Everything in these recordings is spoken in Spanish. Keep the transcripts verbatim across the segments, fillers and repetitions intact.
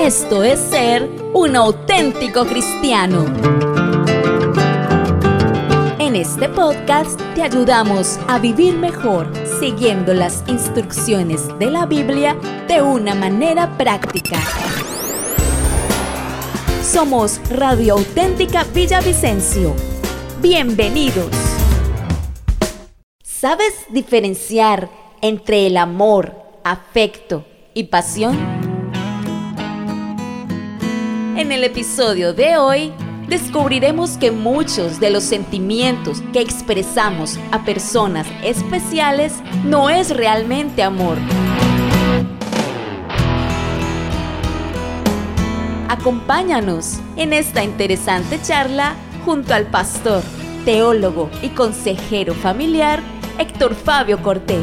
Esto es ser un auténtico cristiano. En este podcast te ayudamos a vivir mejor siguiendo las instrucciones de la Biblia de una manera práctica. Somos Radio Auténtica Villavicencio. Bienvenidos. ¿Sabes diferenciar entre el amor, afecto y pasión? En el episodio de hoy descubriremos que muchos de los sentimientos que expresamos a personas especiales no es realmente amor. Acompáñanos en esta interesante charla junto al pastor, teólogo y consejero familiar Héctor Fabio Cortés.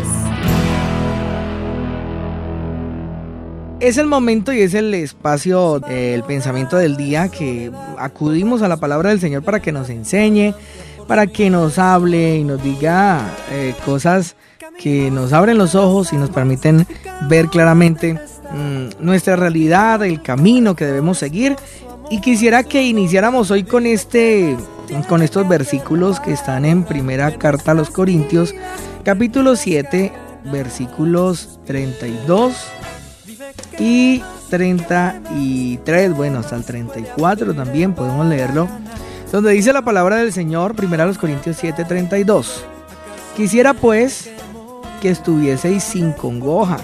Es el momento y es el espacio, eh, el pensamiento del día que acudimos a la palabra del Señor para que nos enseñe, para que nos hable y nos diga eh, cosas que nos abren los ojos y nos permiten ver claramente mmm, nuestra realidad, el camino que debemos seguir. Y quisiera que iniciáramos hoy con este, con estos versículos que están en primera carta a los Corintios, capítulo siete, versículos treinta y dos y treinta y tres, bueno, hasta el treinta y cuatro también podemos leerlo, donde dice la palabra del Señor, primera a los Corintios siete, treinta y dos. Quisiera pues que estuvieseis sin congoja.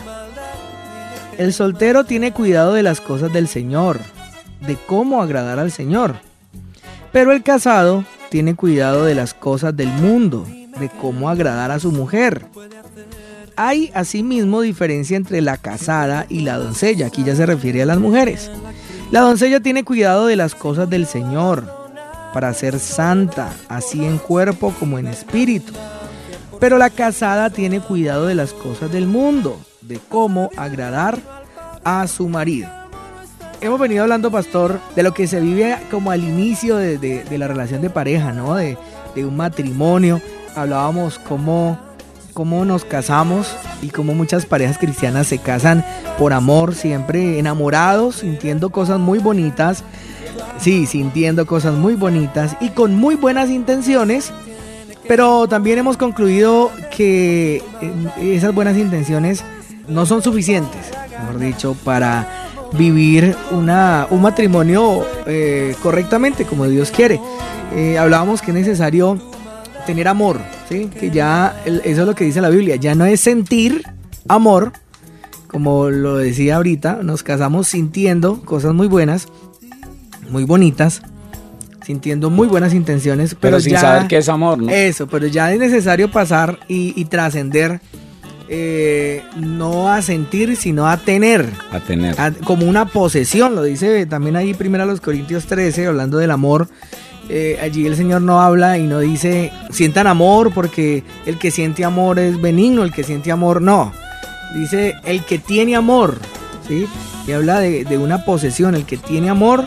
El soltero tiene cuidado de las cosas del Señor, de cómo agradar al Señor. Pero el casado tiene cuidado de las cosas del mundo, de cómo agradar a su mujer. Hay asimismo diferencia entre la casada y la doncella. Aquí ya se refiere a las mujeres. La doncella tiene cuidado de las cosas del Señor, para ser santa, así en cuerpo como en espíritu. Pero la casada tiene cuidado de las cosas del mundo, de cómo agradar a su marido. Hemos venido hablando, pastor, de lo que se vive como al inicio de, de, de la relación de pareja, ¿no? De, de un matrimonio. Hablábamos cómo, cómo nos casamos y cómo muchas parejas cristianas se casan por amor, siempre enamorados, sintiendo cosas muy bonitas. Sí, sintiendo cosas muy bonitas y con muy buenas intenciones. Pero también hemos concluido que esas buenas intenciones no son suficientes, mejor dicho, para vivir una, un matrimonio eh, correctamente, como Dios quiere. Eh, hablábamos que es necesario tener amor, ¿sí? Que ya, el, eso es lo que dice la Biblia, ya no es sentir amor, como lo decía ahorita, nos casamos sintiendo cosas muy buenas, muy bonitas, sintiendo muy buenas intenciones, pero, pero sin ya, saber qué es amor, ¿no? Eso, pero ya es necesario pasar y, y trascender. Eh, no a sentir, sino a tener. A tener. A, como una posesión, lo dice también ahí primero a los Corintios trece, hablando del amor. Eh, allí el Señor no habla y no dice, sientan amor, porque el que siente amor es benigno, el que siente amor no. Dice, el que tiene amor, ¿sí? Y habla de, de una posesión, el que tiene amor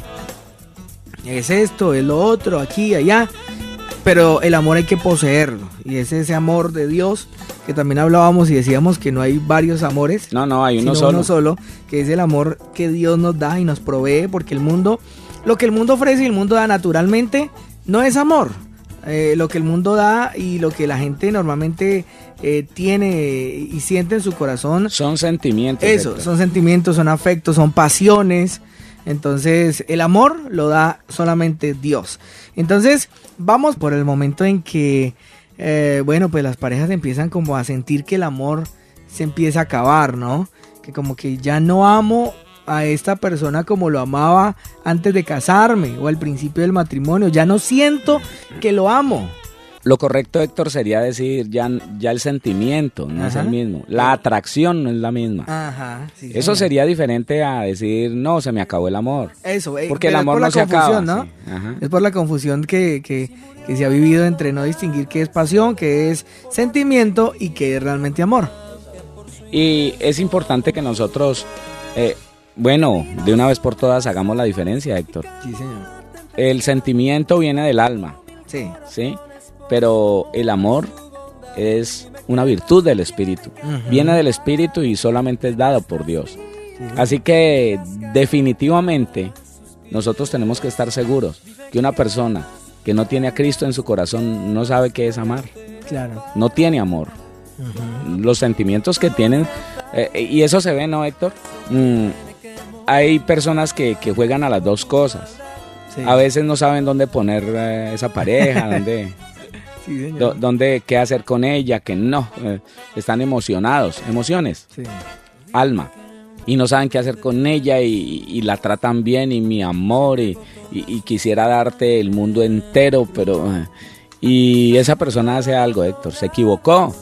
es esto, es lo otro, aquí, allá. Pero el amor hay que poseerlo, y es ese amor de Dios que también hablábamos y decíamos que no hay varios amores. No, no, hay uno sino solo. uno solo, que es el amor que Dios nos da y nos provee, porque el mundo, lo que el mundo ofrece y el mundo da naturalmente, no es amor. Eh, lo que el mundo da y lo que la gente normalmente eh, tiene y siente en su corazón. Son sentimientos. Eso, Héctor. Son sentimientos, son afectos, son pasiones. Entonces, el amor lo da solamente Dios. Entonces, vamos por el momento en que, eh, bueno, pues las parejas empiezan como a sentir que el amor se empieza a acabar, ¿no? Que como que ya no amo a esta persona como lo amaba antes de casarme o al principio del matrimonio. Ya no siento que lo amo. Lo correcto, Héctor, sería decir ya, ya el sentimiento no Ajá. es el mismo. La atracción no es la misma. Ajá, sí, Eso señor. Sería diferente a decir, no, se me acabó el amor. Eso, eh, porque el amor no se acaba. ¿No? Sí. Ajá. Es por la confusión que, que, que se ha vivido entre no distinguir qué es pasión, qué es sentimiento y qué es realmente amor. Y es importante que nosotros, eh, bueno, de una vez por todas hagamos la diferencia, Héctor. Sí, señor. El sentimiento viene del alma. Sí. ¿Sí? Pero el amor es una virtud del Espíritu. Uh-huh. Viene del Espíritu y solamente es dado por Dios. Sí. Así que definitivamente nosotros tenemos que estar seguros que una persona que no tiene a Cristo en su corazón no sabe qué es amar. Claro. No tiene amor. Uh-huh. Los sentimientos que tienen, eh, y eso se ve, ¿no, Héctor? Mm, hay personas que, que juegan a las dos cosas. Sí. A veces no saben dónde poner eh, esa pareja, dónde, sí, do, dónde, qué hacer con ella, que no. Eh, están emocionados, emociones, sí. Alma. Y no saben qué hacer con ella y, y la tratan bien y mi amor y, y, y quisiera darte el mundo entero, pero... Y esa persona hace algo, Héctor, se equivocó.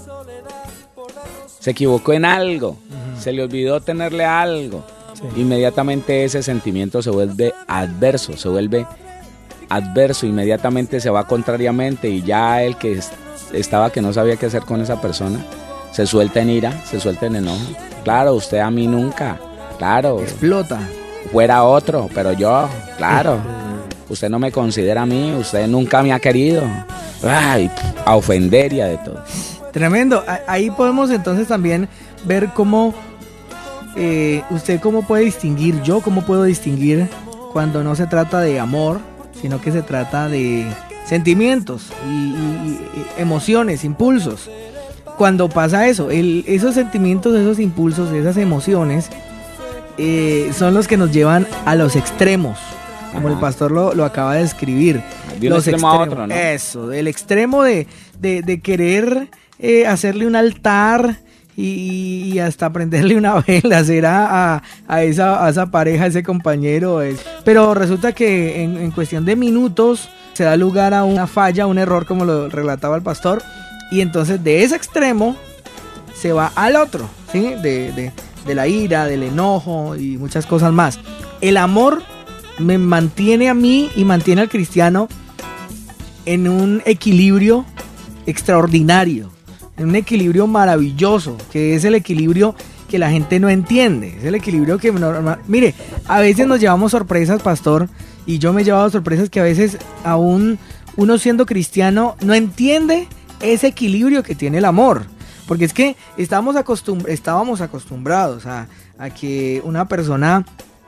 Se equivocó en algo, uh-huh. Se le olvidó tenerle algo. Sí. Inmediatamente ese sentimiento se vuelve adverso, se vuelve adverso, inmediatamente se va contrariamente y ya el que estaba que no sabía qué hacer con esa persona se suelta en ira, se suelta en enojo. Claro, usted a mí nunca, claro. Explota. Fuera otro, pero yo, claro. Usted no me considera a mí, usted nunca me ha querido. Ay, a ofender y a de todo. Tremendo. Ahí podemos entonces también ver cómo eh, usted cómo puede distinguir, yo cómo puedo distinguir cuando no se trata de amor, sino que se trata de sentimientos y, y, y emociones, impulsos. Cuando pasa eso, el, esos sentimientos, esos impulsos, esas emociones eh, son los que nos llevan a los extremos, como Ajá. el pastor lo, lo acaba de describir. De un los extremo extremos, a otro, ¿no? Eso, el extremo de, de, de querer eh, hacerle un altar y, y hasta prenderle una vela, será a, a, esa, a esa pareja, a ese compañero. Es. Pero resulta que en, en cuestión de minutos se da lugar a una falla, un error, como lo relataba el pastor. Y entonces de ese extremo se va al otro, ¿sí? De, de, de la ira, del enojo y muchas cosas más. El amor me mantiene a mí y mantiene al cristiano en un equilibrio extraordinario, en un equilibrio maravilloso, que es el equilibrio que la gente no entiende. Es el equilibrio que... Normal, mire, a veces nos llevamos sorpresas, pastor, y yo me he llevado sorpresas que a veces aún uno siendo cristiano no entiende ese equilibrio que tiene el amor, porque es que estábamos, acostum- estábamos acostumbrados a, a que una persona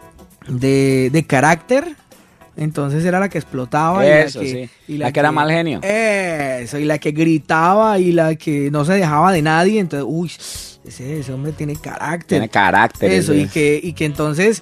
de, de carácter, entonces era la que explotaba. Eso, y la que, sí. y la, la que, que era mal genio. Eso, y la que gritaba y la que no se dejaba de nadie, entonces, uy, ese, ese hombre tiene carácter. Tiene carácter. Eso, ese. y que, y que entonces...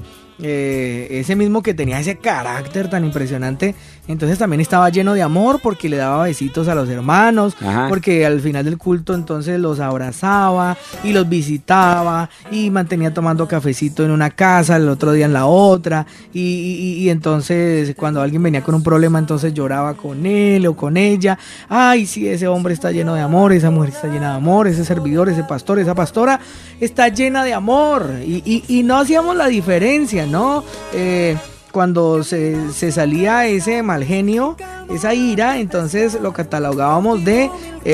Eh, ese mismo que tenía ese carácter tan impresionante, entonces también estaba lleno de amor porque le daba besitos a los hermanos, Ajá. porque al final del culto entonces los abrazaba y los visitaba y mantenía tomando cafecito en una casa, el otro día en la otra, y, y, y entonces cuando alguien venía con un problema entonces lloraba con él o con ella. Ay, sí, ese hombre está lleno de amor, esa mujer está llena de amor, ese servidor, ese pastor, esa pastora está llena de amor, y, y, y no hacíamos la diferencia, ¿no? Eh, cuando se, se salía ese mal genio, esa ira, entonces lo catalogábamos de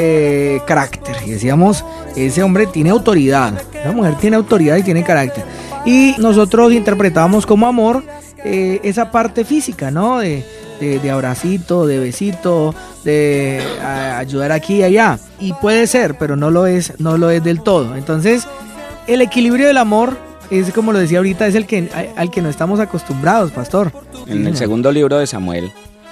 eh, carácter y decíamos, ese hombre tiene autoridad, la mujer tiene autoridad y tiene carácter, y nosotros interpretábamos como amor eh, esa parte física, ¿no? De, de, de abracito, de besito, de a, ayudar aquí y allá, y puede ser, pero no lo es, no lo es del todo. Entonces el equilibrio del amor es, como lo decía ahorita, es el que al que no estamos acostumbrados, pastor. En el segundo libro de Samuel,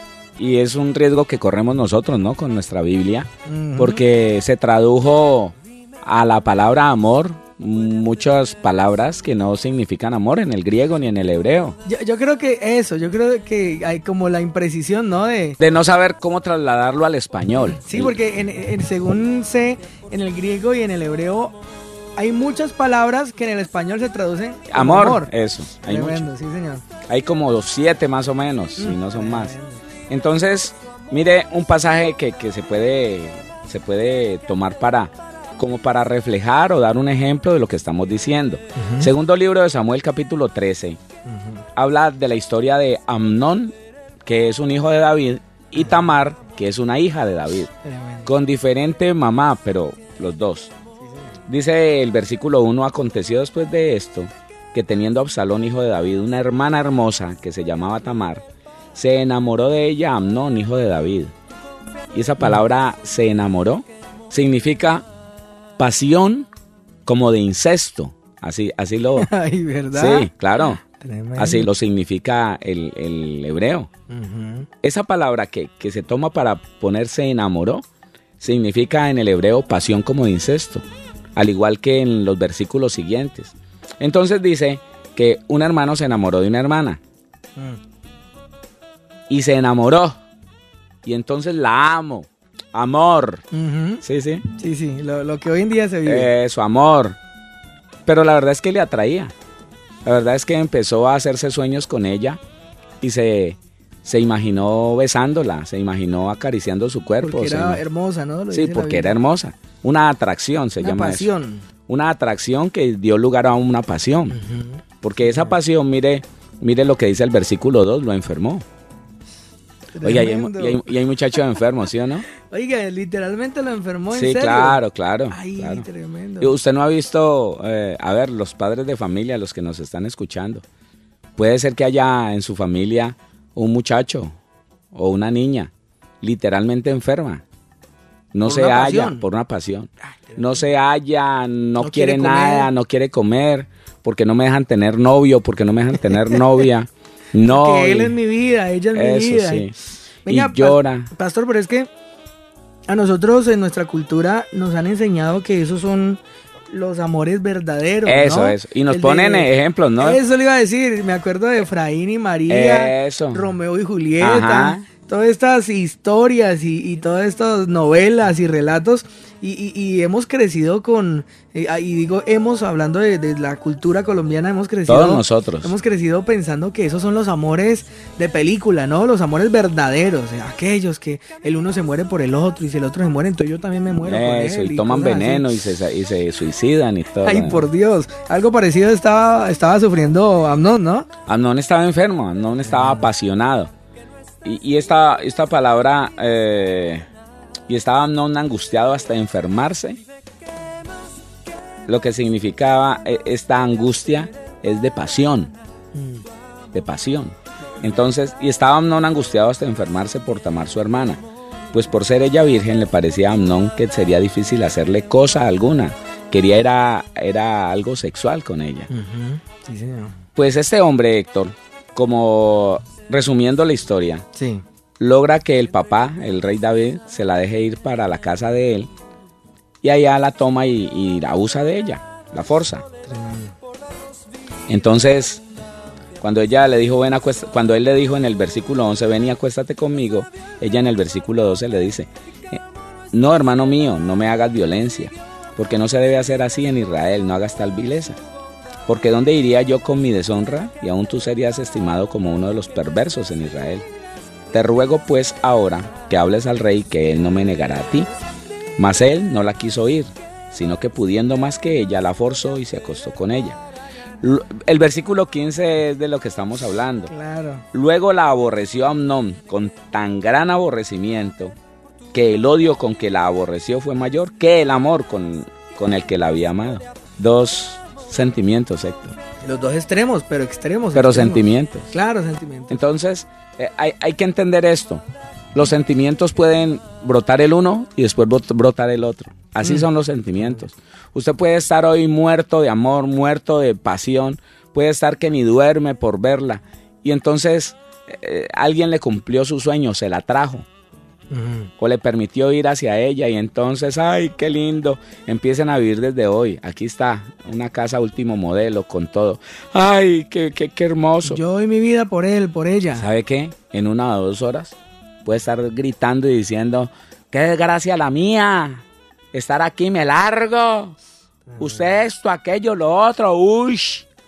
y es un riesgo que corremos nosotros, ¿no? Con nuestra Biblia, uh-huh. porque se tradujo a la palabra amor muchas palabras que no significan amor en el griego ni en el hebreo. Yo, yo creo que eso, yo creo que hay como la imprecisión, ¿no? De, de no saber cómo trasladarlo al español. Sí, porque en, en, según sé, en el griego y en el hebreo hay muchas palabras que en el español se traducen como amor. amor. Eso, hay Tremendo, mucho. Sí, señor. Hay como siete más o menos, si mm, no son más. Entonces, mire un pasaje que, que se puede se puede tomar para como para reflejar o dar un ejemplo de lo que estamos diciendo. Uh-huh. Segundo libro de Samuel, capítulo trece, uh-huh. habla de la historia de Amnón, que es un hijo de David, y Tamar, que es una hija de David, Tremendo. Con diferente mamá, pero los dos. Dice el versículo uno, aconteció después de esto, que teniendo Absalón, hijo de David, una hermana hermosa que se llamaba Tamar, se enamoró de ella Amnón, hijo de David. Y esa palabra, se enamoró, significa pasión como de incesto. Así, así lo... Ay, ¿verdad? Sí, claro. Tremendo. Así lo significa el, el hebreo. Uh-huh. Esa palabra que, que se toma para ponerse enamoró, significa en el hebreo pasión como de incesto, al igual que en los versículos siguientes. Entonces dice que un hermano se enamoró de una hermana. Uh. Y se enamoró. Y entonces la amo. Amor. Uh-huh. Sí, sí. Sí, sí, lo, lo que hoy en día se vive. Eso, amor. Pero la verdad es que le atraía. La verdad es que empezó a hacerse sueños con ella y se, se imaginó besándola, se imaginó acariciando su cuerpo. Porque era se, hermosa, ¿no? Lo sí, porque era hermosa. Una atracción se una llama pasión. eso. Una atracción que dio lugar a una pasión. Uh-huh. Porque esa pasión, mire, mire lo que dice el versículo dos, lo enfermó. Oiga, y hay, y, hay, y hay muchachos enfermos, ¿sí o no? Oiga, literalmente lo enfermó, ¿en sí, serio? Sí, claro, claro. Ay, claro. Tremendo. Y usted no ha visto, eh, a ver, los padres de familia, los que nos están escuchando. Puede ser que haya en su familia un muchacho o una niña literalmente enferma. No se halla por una pasión. Ay, no se halla, no, no quiere, quiere nada, no quiere comer, porque no me dejan tener novio, porque no me dejan tener novia. No, porque él es mi vida, ella es eso, mi vida. Sí. Venga, y llora. Pastor, pero es que a nosotros en nuestra cultura nos han enseñado que esos son los amores verdaderos, Eso, ¿no? eso. Y nos El ponen de, ejemplos, ¿no? Eso le iba a decir. Me acuerdo de Efraín y María, eso. Romeo y Julieta. Ajá. Todas estas historias y, y todas estas novelas y relatos y, y, y hemos crecido con, eh, y digo hemos, hablando de, de la cultura colombiana, hemos crecido, todos nosotros, hemos crecido pensando que esos son los amores de película, ¿no? Los amores verdaderos, eh, aquellos que el uno se muere por el otro y si el otro se muere, entonces yo también me muero eso, por él. Eso, y, y toman veneno y se, y se suicidan y todo. Ay, por Dios, algo parecido estaba, estaba sufriendo Amnón, ¿no? Amnón estaba enfermo, Amnón estaba apasionado. Y, y esta, esta palabra, eh, y estaba Amnón angustiado hasta enfermarse. Lo que significaba esta angustia es de pasión, de pasión. Entonces, y estaba Amnón angustiado hasta enfermarse por Tamar su hermana. Pues por ser ella virgen le parecía a Amnón que sería difícil hacerle cosa alguna. Quería era, era algo sexual con ella. Uh-huh. Sí, señor. Pues este hombre, Héctor, como... resumiendo la historia, sí. logra que el papá, el rey David, se la deje ir para la casa de él y allá la toma y, y la usa de ella, la forza. Entonces, cuando ella le dijo, ven acuesta, cuando él le dijo en el versículo once, ven y acuéstate conmigo, ella en el versículo doce le dice, no, hermano mío, no me hagas violencia, porque no se debe hacer así en Israel, no hagas tal vileza. Porque ¿dónde iría yo con mi deshonra? Y aún tú serías estimado como uno de los perversos en Israel. Te ruego pues ahora que hables al rey que él no me negará a ti. Mas él no la quiso oír, sino que pudiendo más que ella la forzó y se acostó con ella. El versículo quince es de lo que estamos hablando. Claro. Luego la aborreció Amnón con tan gran aborrecimiento que el odio con que la aborreció fue mayor que el amor con, con el que la había amado. Dos sentimientos, Héctor. Los dos extremos, pero extremos. Pero extremos. sentimientos. Claro, sentimientos. Entonces, eh, hay, hay que entender esto. Los sentimientos pueden brotar el uno y después brotar el otro. Así mm. son los sentimientos. Usted puede estar hoy muerto de amor, muerto de pasión. Puede estar que ni duerme por verla. Y entonces, eh, alguien le cumplió su sueño, se la trajo. Uh-huh. O le permitió ir hacia ella y entonces, ay, qué lindo, empiecen a vivir desde hoy. Aquí está, una casa último modelo con todo. Ay, qué, qué, qué hermoso. Yo doy mi vida por él, por ella. ¿Sabe qué? En una o dos horas puede estar gritando y diciendo, qué desgracia la mía, estar aquí me largo. Uh-huh. Usted esto, aquello, lo otro, uy.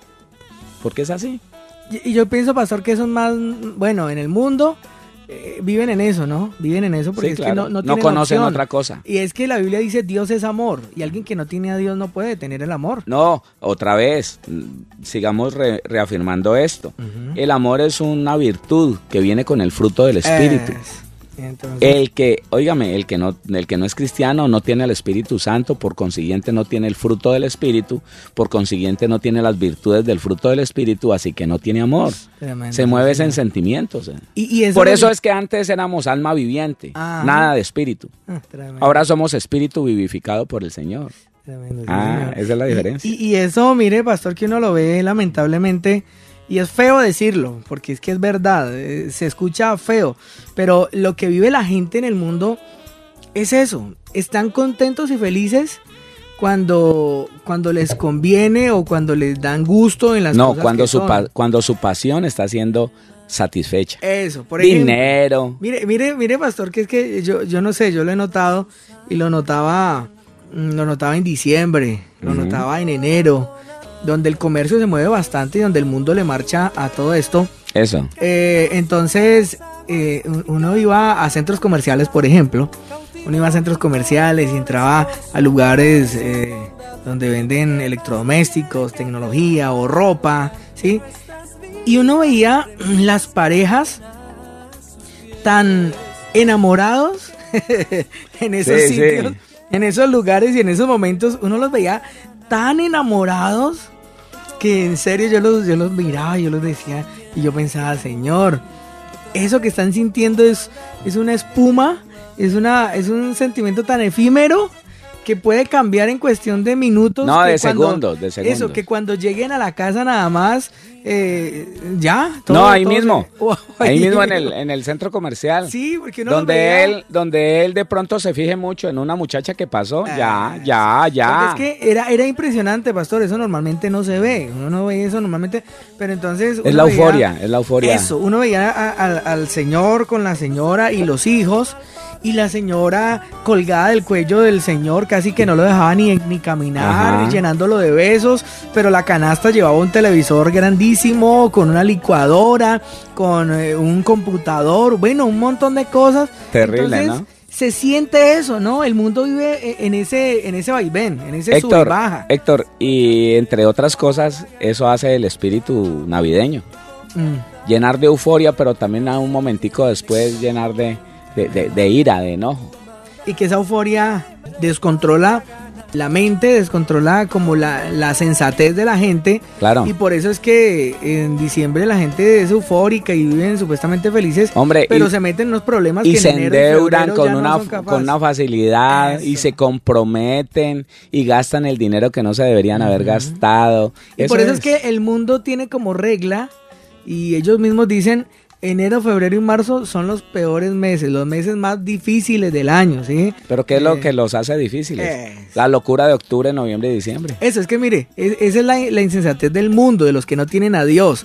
¿Por qué es así? Y, y yo pienso, pastor, que eso es más, bueno, en el mundo... Eh, viven en eso, ¿no? Viven en eso porque sí, es claro. que no, no, no conocen opción. Otra cosa. Y es que la Biblia dice Dios es amor y alguien que no tiene a Dios no puede tener el amor. No, otra vez, sigamos re, reafirmando esto. Uh-huh. El amor es una virtud que viene con el fruto del Espíritu. Es. Entonces... El que, óigame, el que no, el que no es cristiano no tiene el Espíritu Santo, por consiguiente no tiene el fruto del Espíritu, por consiguiente no tiene las virtudes del fruto del Espíritu, así que no tiene amor. Tremendo, se mueve en sentimientos. Eh. ¿Y, y eso por eso que... es que antes éramos alma viviente, Ajá. nada de espíritu. Ah, ahora somos espíritu vivificado por el Señor. Tremendo, sí, Ah, señor. esa es la diferencia. Y, y, y eso, mire, pastor, que uno lo ve lamentablemente, y es feo decirlo, porque es que es verdad, eh, se escucha feo, pero lo que vive la gente en el mundo es eso, están contentos y felices cuando, cuando les conviene o cuando les dan gusto en las no, cosas cuando que su son. pa- cuando su pasión está siendo satisfecha. Eso, por ejemplo. Dinero. Mire, mire, mire, pastor, que es que yo, yo no sé, yo lo he notado y lo notaba, lo notaba en diciembre, lo Ujú. notaba en enero, donde el comercio se mueve bastante y donde el mundo le marcha a todo esto. Eso. Eh, entonces, eh, uno iba a centros comerciales, por ejemplo, uno iba a centros comerciales y entraba a lugares eh, donde venden electrodomésticos, tecnología o ropa, ¿sí? Y uno veía las parejas tan enamorados en esos Sí, sitios, sí. en esos lugares y en esos momentos, uno los veía tan enamorados que en serio yo los, yo los miraba, yo los decía y yo pensaba, Señor, eso que están sintiendo es, es una espuma, es, una, es un sentimiento tan efímero que puede cambiar en cuestión de minutos. No, que de cuando- segundos, de segundos. Eso, que cuando lleguen a la casa nada más, eh, ya. No, ahí todo mismo. se- Oh, Ahí mismo en el, en el centro comercial. Sí, porque uno los Donde veía- él, donde él de pronto se fije mucho en una muchacha que pasó. Ah, Ya, ya, ya. Porque es que era, era impresionante, pastor, eso normalmente no se ve, uno no ve eso normalmente, pero entonces... Es uno la veía- euforia, es la euforia. Eso, uno veía a- a- al señor con la señora y los hijos, y la señora colgada del cuello del señor, casi que no lo dejaba ni, ni caminar, Ajá. ni llenándolo de besos, pero la canasta llevaba un televisor grandísimo, con una licuadora, con eh, un computador, bueno, un montón de cosas. Terrible, Entonces, ¿no? se siente eso, ¿no? El mundo vive en ese, en ese vaivén, en ese sub y Héctor, baja. Héctor, y entre otras cosas, eso hace el espíritu navideño. Mm. Llenar de euforia, pero también a un momentico después llenar de, de, de- de ira, de enojo. Y que esa euforia descontrola la mente, descontrola como la, la sensatez de la gente. Claro. Y por eso es que en diciembre la gente es eufórica y viven supuestamente felices. Hombre, pero y- se meten en unos problemas Y que en se enero y endeudan febrero con ya no una, son capaces. con una facilidad y Eso. se comprometen y gastan el dinero que no se deberían haber gastado. Y por eso es que el mundo tiene como regla, y ellos mismos dicen, enero, febrero y marzo son los peores meses, los meses más difíciles del año, ¿sí? Pero ¿qué es lo Eh, que los hace difíciles? eso. La locura de octubre, noviembre y diciembre. Eso, es que mire, es- esa es la, la insensatez del mundo, de los que no tienen a Dios.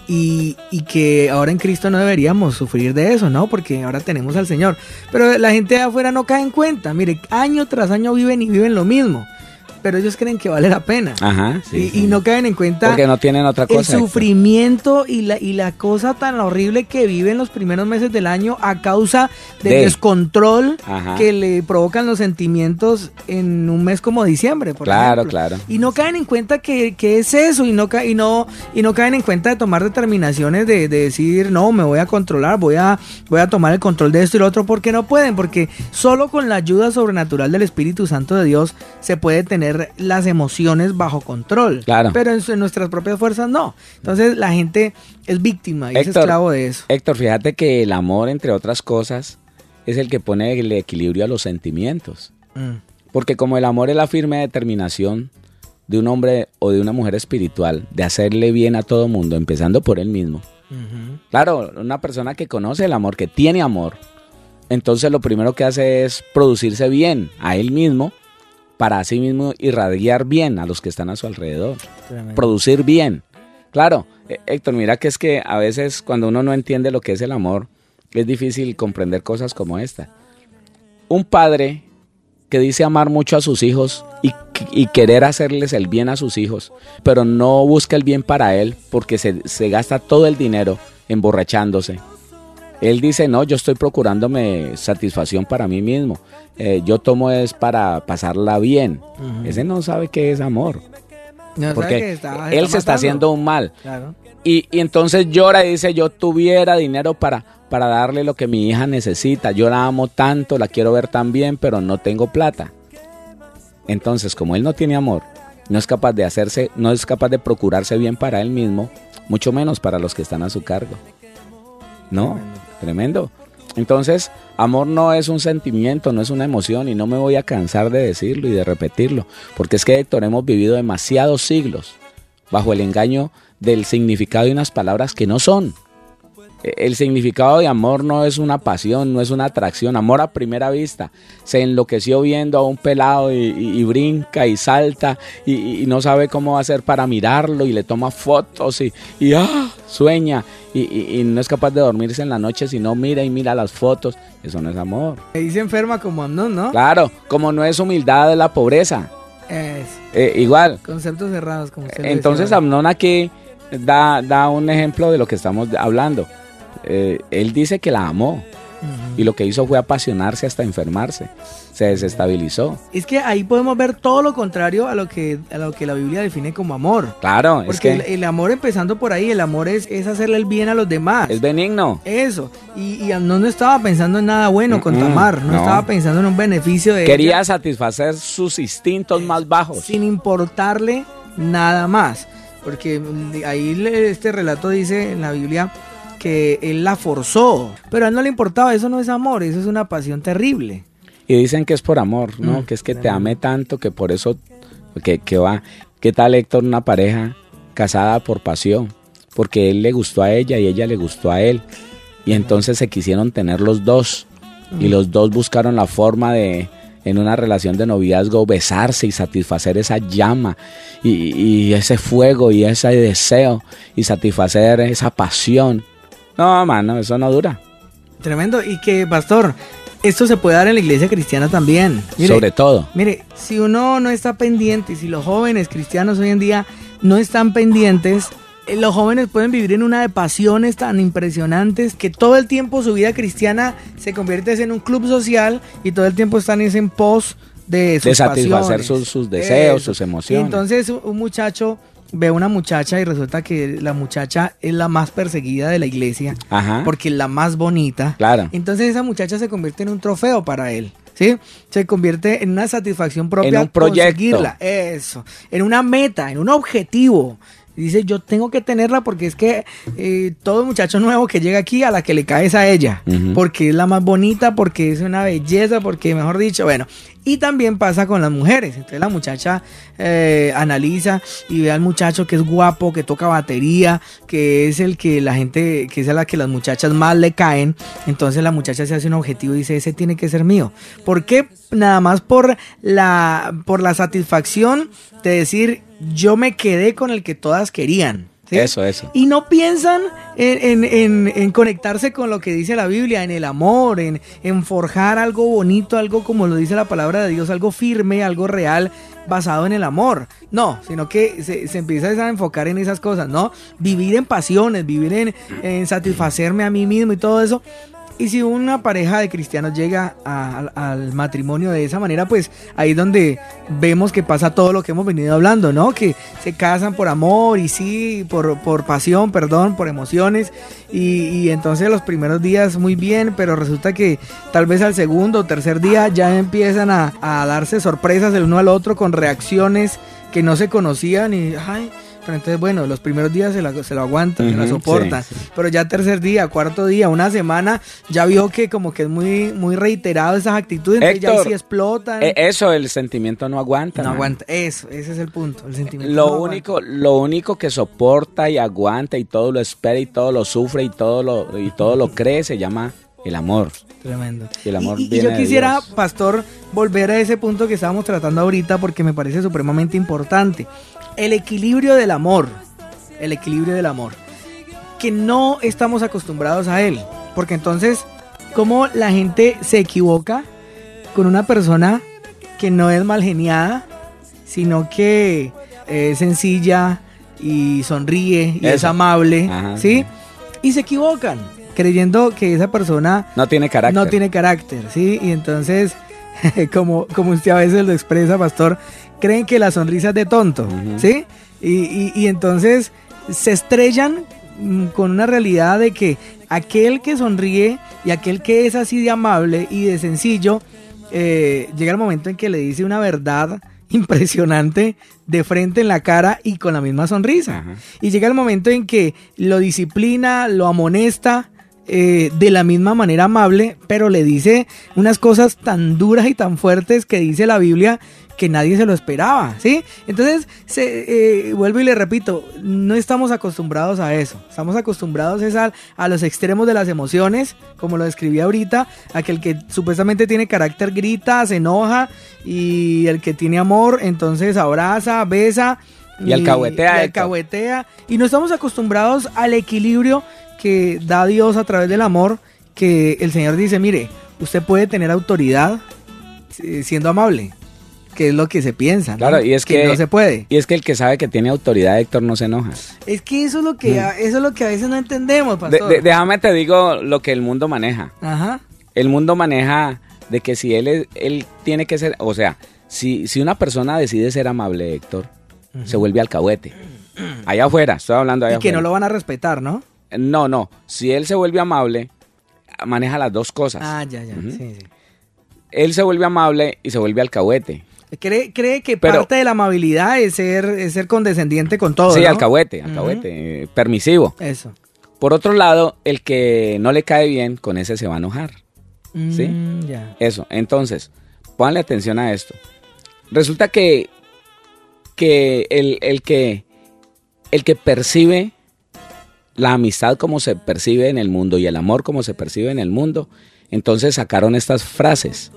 Y, y que ahora en Cristo no deberíamos sufrir de eso, ¿no? Porque ahora tenemos al Señor. Pero la gente de afuera no cae en cuenta. Mire, año tras año viven y viven lo mismo. Pero ellos creen que vale la pena. Ajá, sí, y, sí. y no caen en cuenta Porque no tienen otra el cosa. Héctor. sufrimiento y la, y la cosa tan horrible que viven los primeros meses del año a causa del De. descontrol Ajá. que le provocan los sentimientos en un mes como diciembre, por Claro, ejemplo. claro. Y no caen en cuenta que, que es eso y no, ca- y, no, y no caen en cuenta de tomar determinaciones de, de decir, no, me voy a controlar, voy a, voy a tomar el control de esto y lo otro, porque no pueden, porque solo con la ayuda sobrenatural del Espíritu Santo de Dios se puede tener las emociones bajo control. Claro. Pero en, su- en nuestras propias fuerzas no. Entonces la gente es víctima y es Héctor, esclavo de eso. Héctor, fíjate que el amor, entre otras cosas, es el que pone el equilibrio a los sentimientos. Mm. Porque como el amor es la firme determinación de un hombre o de una mujer espiritual de hacerle bien a todo mundo, empezando por él mismo. Ujú. Claro, una persona que conoce el amor, que tiene amor, entonces lo primero que hace es producirse bien a él mismo, para así mismo irradiar bien a los que están a su alrededor. Tremendo. Producir bien. Claro, eh, Héctor, mira que es que a veces cuando uno no entiende lo que es el amor, es difícil comprender cosas como esta. Un padre que dice amar mucho a sus hijos y, y querer hacerles el bien a sus hijos, pero no busca el bien para él porque se, se gasta todo el dinero emborrachándose. Él dice, no, yo estoy procurándome satisfacción para mí mismo. Eh, yo tomo es para pasarla bien. Ujú. Ese no sabe qué es amor. No, sabe Porque que está- él se está matando. haciendo un mal. Claro. Y, y entonces llora y dice, yo tuviera dinero para, para darle lo que mi hija necesita. Yo la amo tanto, la quiero ver tan bien, pero no tengo plata. Entonces, como él no tiene amor, no es capaz de hacerse, no es capaz de procurarse bien para él mismo, mucho menos para los que están a su cargo. No, tremendo. Entonces, amor no es un sentimiento, no es una emoción, y no me voy a cansar de decirlo y de repetirlo, porque es que, Héctor, hemos vivido demasiados siglos bajo el engaño del significado de unas palabras que no son. El significado de amor no es una pasión, no es una atracción. Amor a primera vista. Se enloqueció viendo a un pelado y, y, y brinca y salta y, y no sabe cómo va a hacer para mirarlo, y le toma fotos y, y ah, sueña y, y, y no es capaz de dormirse en la noche si no mira y mira las fotos. Eso no es amor. Ahí se enferma como Amnón, ¿no? Claro, como no es humildad de la pobreza. Es. Eh, igual. Conceptos cerrados, como usted Entonces decía. Amnón aquí da, da un ejemplo de lo que estamos hablando. Eh, él dice que la amó, uh-huh, y lo que hizo fue apasionarse hasta enfermarse, se desestabilizó. Es que ahí podemos ver todo lo contrario a lo que, a lo que la Biblia define como amor. Claro, porque es que el, el amor, empezando por ahí, el amor es, es hacerle el bien a los demás. Es benigno. Eso, y, y no, no estaba pensando en nada bueno con Mm-mm, Tamar, no, no. estaba pensando en un beneficio de Quería ella, satisfacer sus instintos más bajos. sin importarle nada más. Porque ahí este relato dice en la Biblia que él la forzó, pero a él no le importaba. Eso no es amor, eso es una pasión terrible. Y dicen que es por amor, ¿no? Mm, que es que te amé tanto que por eso, que, que va. ¿Qué tal, Héctor, una pareja casada por pasión? Porque él le gustó a ella y ella le gustó a él. Y entonces se quisieron tener los dos. Mm. Y los dos buscaron la forma de, en una relación de noviazgo, besarse y satisfacer esa llama y, y ese fuego y ese deseo y satisfacer esa pasión. No, mano, eso no dura. Tremendo. Y que, pastor, esto se puede dar en la iglesia cristiana también. Mire, sobre todo. Mire, si uno no está pendiente, si los jóvenes cristianos hoy en día no están pendientes, los jóvenes pueden vivir en una de pasiones tan impresionantes que todo el tiempo su vida cristiana se convierte en un club social y todo el tiempo están en pos de sus de satisfacer pasiones, sus, sus deseos, Eso. sus emociones. Y entonces un muchacho ve a una muchacha y resulta que la muchacha es la más perseguida de la iglesia. Ajá. Porque es la más bonita. Claro. Entonces esa muchacha se convierte en un trofeo para él, ¿sí? Se convierte en una satisfacción propia. En un proyecto. Conseguirla. Eso. En una meta, en un objetivo. Dice, yo tengo que tenerla porque es que eh, todo muchacho nuevo que llega aquí, a la que le caes a ella, uh-huh, porque es la más bonita, porque es una belleza, porque mejor dicho, bueno. Y también pasa con las mujeres. Entonces la muchacha eh, analiza y ve al muchacho que es guapo, que toca batería, que es el que la gente, que es a la que las muchachas más le caen. Entonces la muchacha se hace un objetivo y dice, ese tiene que ser mío. ¿Por qué? Nada más por la, por la satisfacción de decir, yo me quedé con el que todas querían. ¿Sí? Eso, eso. Y no piensan en, en, en, en conectarse con lo que dice la Biblia, en el amor, en, en forjar algo bonito, algo como lo dice la palabra de Dios, algo firme, algo real, basado en el amor. No, sino que se, se empieza a enfocar en esas cosas, ¿no? Vivir en pasiones, vivir en, en satisfacerme a mí mismo y todo eso. Y si una pareja de cristianos llega a, a, al matrimonio de esa manera, pues ahí es donde vemos que pasa todo lo que hemos venido hablando, ¿no? Que se casan por amor y sí, por, por pasión, perdón, por emociones. Y, y entonces los primeros días muy bien, pero resulta que tal vez al segundo o tercer día ya empiezan a, a darse sorpresas el uno al otro con reacciones que no se conocían y... ay, pero entonces, bueno, los primeros días se, la, se lo aguantan, uh-huh, se la soportan, sí, sí. Pero ya tercer día, cuarto día, una semana, ya vio que como que es muy, muy reiterado esas actitudes, entonces Héctor, ya ahí sí explotan. Eso, el sentimiento no aguanta. No man. aguanta, eso, ese es el punto, el sentimiento lo no único, aguanta. Lo único que soporta y aguanta y todo lo espera y todo lo sufre y todo lo, y todo lo cree se llama el amor. Tremendo. Y el amor y, y, viene y yo quisiera, de Dios. Pastor, volver a ese punto que estábamos tratando ahorita porque me parece supremamente importante. El equilibrio del amor. El equilibrio del amor, que no estamos acostumbrados a él, porque entonces, ¿cómo la gente se equivoca con una persona que no es mal geniada, sino que es sencilla y sonríe y Eso. es amable, Ajá. ¿sí? Y se equivocan, creyendo que esa persona no tiene carácter, no tiene carácter, ¿sí? Y entonces, como, como usted a veces lo expresa, Pastor, creen que la sonrisa es de tonto, uh-huh. ¿sí? Y, y, y entonces se estrellan con una realidad de que aquel que sonríe y aquel que es así de amable y de sencillo, eh, llega el momento en que le dice una verdad impresionante de frente en la cara y con la misma sonrisa. Ajá. Y llega el momento en que lo disciplina, lo amonesta eh, de la misma manera amable, pero le dice unas cosas tan duras y tan fuertes que dice la Biblia que nadie se lo esperaba, ¿sí? Entonces, se, eh, vuelvo y le repito, no estamos acostumbrados a eso. Estamos acostumbrados es a, a los extremos de las emociones, como lo describí ahorita, aquel que supuestamente tiene carácter grita, se enoja, y el que tiene amor, entonces abraza, besa, y, y alcahuetea. Y, alcahuetea, y no estamos acostumbrados al equilibrio que da Dios a través del amor, que el Señor dice, mire, usted puede tener autoridad eh, siendo amable, que es lo que se piensa, ¿no? Claro, y es que, que no se puede. Y es que el que sabe que tiene autoridad, Héctor, no se enoja. Es que eso es lo que, mm. eso es lo que a veces no entendemos, pastor. De, de, déjame te digo lo que el mundo maneja. Ajá. El mundo maneja de que si él, es, él tiene que ser, o sea, si, si una persona decide ser amable, Héctor, uh-huh. se vuelve alcahuete. Allá afuera, estoy hablando allá y afuera. Y que no lo van a respetar, ¿no? No, no. Si él se vuelve amable, maneja las dos cosas. Ah, ya, ya. Uh-huh. Sí, sí. Él se vuelve amable y se vuelve alcahuete. ¿Cree, cree que Pero, parte de la amabilidad es ser, es ser condescendiente con todo? Sí, ¿no? alcahuete, alcahuete, uh-huh. eh, permisivo. Eso. Por otro lado, el que no le cae bien, con ese se va a enojar. Mm, ¿sí? Ya. Eso. Entonces, pónganle atención a esto. Resulta que, que, el, el que el que percibe la amistad como se percibe en el mundo y el amor como se percibe en el mundo, entonces sacaron estas frases.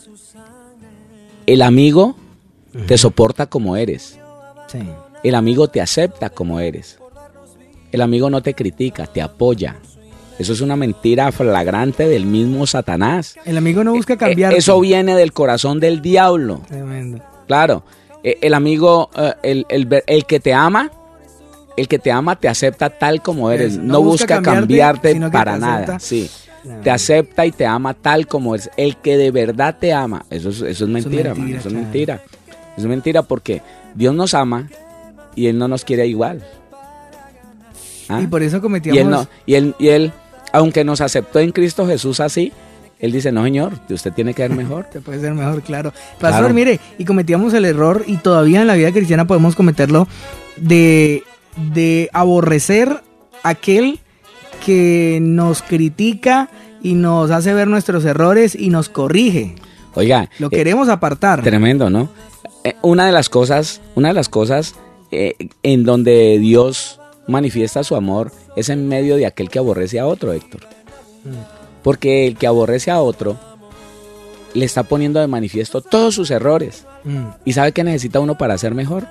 El amigo uh-huh. te soporta como eres. Sí. El amigo te acepta como eres. El amigo no te critica, te apoya. Eso es una mentira flagrante del mismo Satanás. El amigo no busca cambiar. Eso viene del corazón del diablo. Tremendo. Claro. El amigo, el, el, el que te ama, el que te ama te acepta tal como eres. Eso, no, no busca, busca cambiarte, cambiarte para nada. Sí. No. Te acepta y te ama tal como eres. El que de verdad te ama, eso es, eso es mentira, eso es mentira, man, eso es mentira. Eso es mentira porque Dios nos ama y Él no nos quiere igual. ¿Ah? Y por eso cometíamos... Y él, no, y, él, y él, aunque nos aceptó en Cristo Jesús así, Él dice, no señor, usted tiene que ser mejor. Te puede ser mejor, claro. Pastor, claro. Mire, y cometíamos el error, y todavía en la vida cristiana podemos cometerlo, de, de aborrecer a aquel que nos critica y nos hace ver nuestros errores y nos corrige. Oiga, lo queremos eh, apartar. Tremendo, ¿no? Eh, una de las cosas, una de las cosas eh, en donde Dios manifiesta su amor es en medio de aquel que aborrece a otro, Héctor. Mm. Porque el que aborrece a otro le está poniendo de manifiesto todos sus errores. Mm. ¿Y sabe qué necesita uno para ser mejor?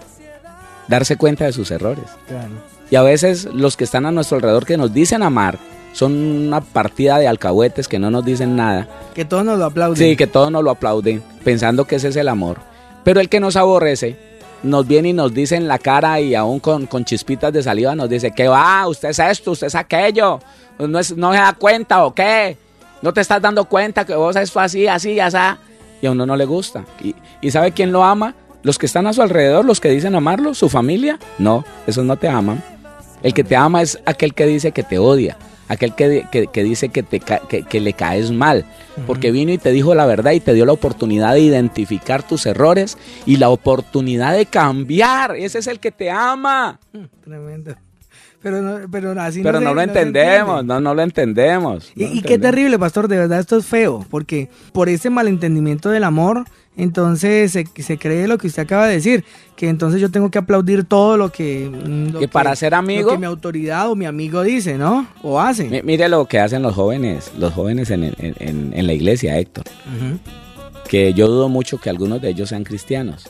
Darse cuenta de sus errores. Claro. Y a veces los que están a nuestro alrededor que nos dicen amar son una partida de alcahuetes que no nos dicen nada. Que todos nos lo aplauden. Sí, que todos nos lo aplauden, pensando que ese es el amor. Pero el que nos aborrece nos viene y nos dice en la cara y aún con, con chispitas de saliva nos dice que va, usted es esto, usted es aquello, no, es, no se da cuenta o qué, no te estás dando cuenta que vos esto así, así, así, y a uno no le gusta. ¿Y, y sabe quién lo ama? Los que están a su alrededor, los que dicen amarlo, su familia, no, esos no te aman. El que te ama es aquel que dice que te odia, aquel que, que, que dice que, te, que, que le caes mal, porque vino y te dijo la verdad y te dio la oportunidad de identificar tus errores y la oportunidad de cambiar. Ese es el que te ama. Tremendo. Pero no, pero así pero no, no se, lo entendemos, no, no lo entendemos. Y, no y qué terrible, pastor, de verdad esto es feo, porque por ese malentendimiento del amor, entonces se, se cree lo que usted acaba de decir, que entonces yo tengo que aplaudir todo lo que... Lo que, que para ser amigo... Lo que mi autoridad o mi amigo dice, ¿no? O hace. M- mire lo que hacen los jóvenes, los jóvenes en, en, en, en la iglesia, Héctor. Uh-huh. Que yo dudo mucho que algunos de ellos sean cristianos.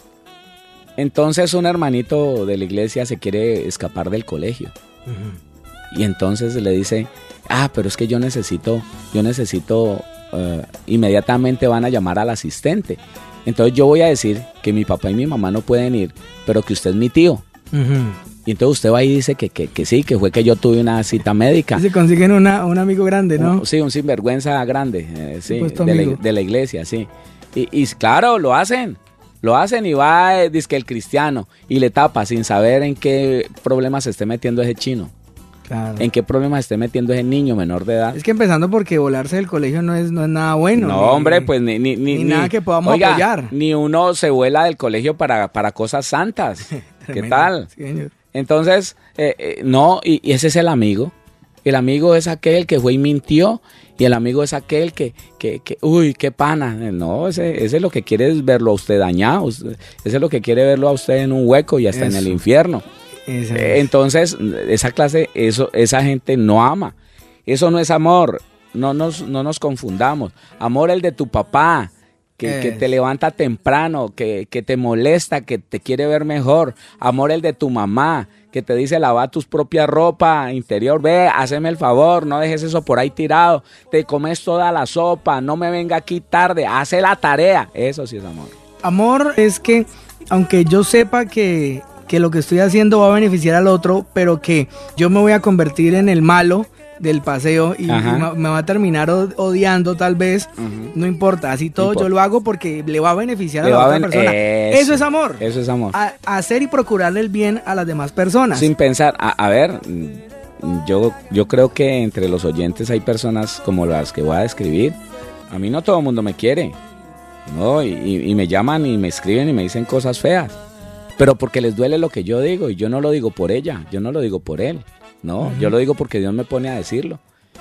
Entonces un hermanito de la iglesia se quiere escapar del colegio. Uh-huh. Y entonces le dice, ah, pero es que yo necesito, yo necesito, uh, inmediatamente van a llamar al asistente. Entonces yo voy a decir que mi papá y mi mamá no pueden ir, pero que usted es mi tío. Uh-huh. Y entonces usted va y dice que, que, que sí, que fue que yo tuve una cita médica. Y se consiguen una, un amigo grande, ¿no? Un, sí, un sinvergüenza grande, eh, sí, de la, de la iglesia, sí. Y, y claro, lo hacen. Lo hacen y va, eh, dice que el cristiano, y le tapa sin saber en qué problemas se esté metiendo ese chino. Claro. En qué problemas se esté metiendo ese niño menor de edad. Es que empezando porque volarse del colegio no es, no es nada bueno. No, ni, hombre, pues ni... Ni, ni, ni nada que podamos oiga, apoyar. Ni uno se vuela del colegio para, para cosas santas. ¿Qué tal? Sí, señor. Entonces, eh, eh, no, y, y ese es el amigo. El amigo es aquel que fue y mintió. Y el amigo es aquel que, que, que uy, qué pana. No, ese, ese es lo que quiere es verlo a usted dañado. Ese es lo que quiere verlo a usted en un hueco y hasta eso, en el infierno. Eso eh, entonces, esa clase, eso, esa gente no ama. Eso no es amor. No nos, no nos confundamos. Amor el de tu papá, que, que te levanta temprano, que, que te molesta, que te quiere ver mejor. Amor el de tu mamá, que te dice lava tus propia ropa interior, ve, haceme el favor, no dejes eso por ahí tirado, te comes toda la sopa, no me venga aquí tarde, hace la tarea. Eso sí es amor. Amor es que, aunque yo sepa que, que lo que estoy haciendo va a beneficiar al otro, pero que yo me voy a convertir en el malo del paseo y, y me va a terminar odiando tal vez, uh-huh. no importa, así todo importa. Yo lo hago porque le va a beneficiar le a la otra ben- persona. Eso, eso es amor. Eso es amor. A, a hacer y procurarle el bien a las demás personas. Sin pensar, a, a ver, yo, yo creo que entre los oyentes hay personas como las que voy a describir. A mí no todo el mundo me quiere, ¿no? Y, y, y me llaman y me escriben y me dicen cosas feas, pero porque les duele lo que yo digo y yo no lo digo por ella, yo no lo digo por él. No, uh-huh. yo lo digo porque Dios me pone a decirlo.